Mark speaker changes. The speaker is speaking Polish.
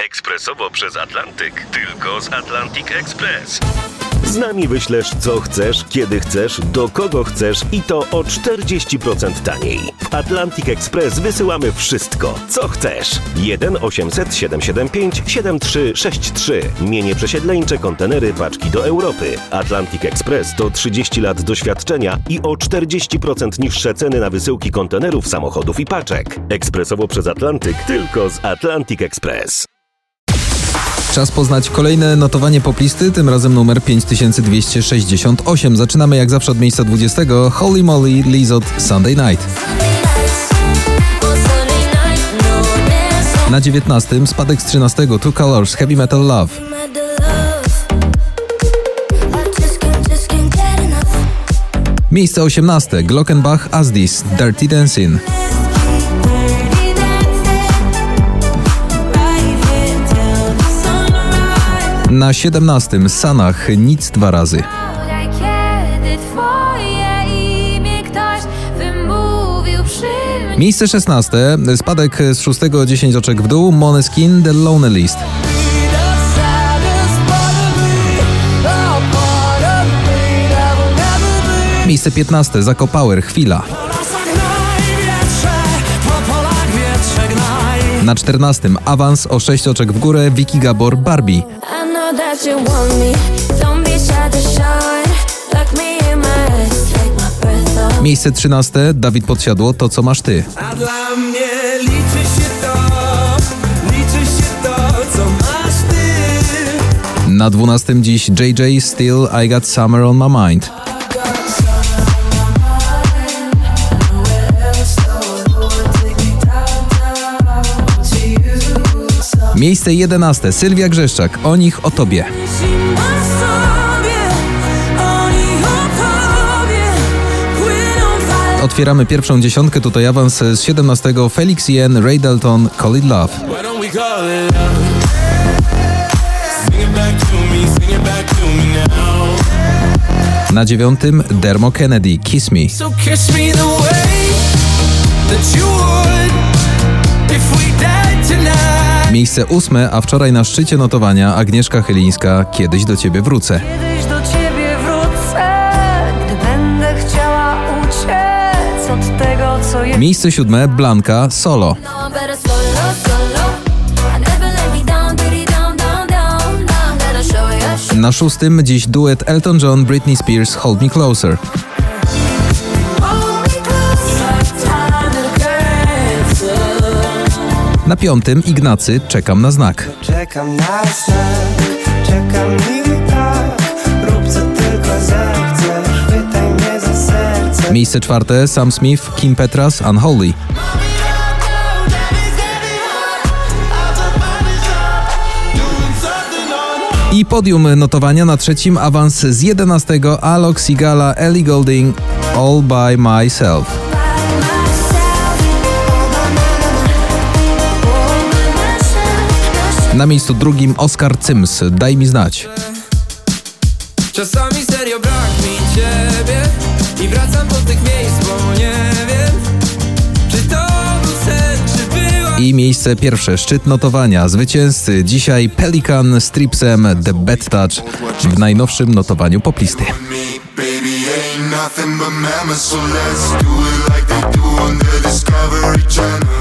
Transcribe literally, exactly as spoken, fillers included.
Speaker 1: Ekspresowo przez Atlantyk. Tylko z Atlantic Express. Z nami wyślesz co chcesz, kiedy chcesz, do kogo chcesz i to o czterdzieści procent taniej. W Atlantic Express wysyłamy wszystko, co chcesz. jeden osiemset siedemset siedemdziesiąt pięć siedemdziesiąt trzy sześćdziesiąt trzy. Mienie przesiedleńcze, kontenery, paczki do Europy. Atlantic Express to trzydzieści lat doświadczenia i o czterdzieści procent niższe ceny na wysyłki kontenerów, samochodów i paczek. Ekspresowo przez Atlantyk, tylko z Atlantic Express.
Speaker 2: Czas poznać kolejne notowanie poplisty, tym razem numer pięć tysięcy dwieście sześćdziesiąt osiem. Zaczynamy jak zawsze od miejsca dwudziestego. Holy Moly, Lizot, Sunday Night. Na dziewiętnastym spadek z trzynastego, Two Colors, Heavy Metal Love. Miejsce osiemnaste, Glockenbach, Asdis, Dirty Dancing. Na siedemnastym Sanach, Nic dwa razy. Miejsce szesnaste, spadek z szóstego, dziesięć oczek w dół, Måneskin, The Lonely List. Miejsce piętnaste, Zako Power, Chwila. Na czternastym awans o sześć oczek w górę, Vicky Gabor, Barbie. Miejsce trzynaste, Dawid Podsiadło, To co masz ty.
Speaker 3: A dla mnie liczy się to, liczy się to, co masz ty.
Speaker 2: Na dwunastym dziś J J, Still I Got Summer on My Mind. Miejsce jedenaste, Sylwia Grzeszczak, O nich, o tobie. Otwieramy pierwszą dziesiątkę, tutaj awans z siedemnastego, Felix Jen, Ray Dalton, Call It Love. Na dziewiątym Dermo Kennedy, Kiss Me. Miejsce ósme, a wczoraj na szczycie notowania Agnieszka Chylińska, Kiedyś do ciebie wrócę.
Speaker 4: Kiedyś do ciebie wrócę, gdy będę chciała uciec od tego, co jest.
Speaker 2: Miejsce siódme, Blanka, Solo. Na szóstym dziś duet Elton John, Britney Spears, Hold Me Closer. Na piątym Ignacy, Czekam na znak.
Speaker 3: Czekam na znak, czekam i tak, rób co tylko zechcesz, chwytaj mnie za serce.
Speaker 2: Miejsce czwarte, Sam Smith, Kim Petras, Unholy. I podium notowania na trzecim, awans z jedenastego, Alok, Sigala, Ellie Goulding, All By Myself. Na miejscu drugim Oskar Cyms, Daj mi znać.
Speaker 3: Czasami serio brak mi ciebie i wracam do tych miejsc, bo nie wiem, czy to był sen, czy była...
Speaker 2: I miejsce pierwsze, szczyt notowania, zwycięzcy dzisiaj Pelikan z Tripsem, The Bad Touch w najnowszym notowaniu poplisty.
Speaker 5: Nothing but mammals, so let's do it like they do on the Discovery Channel.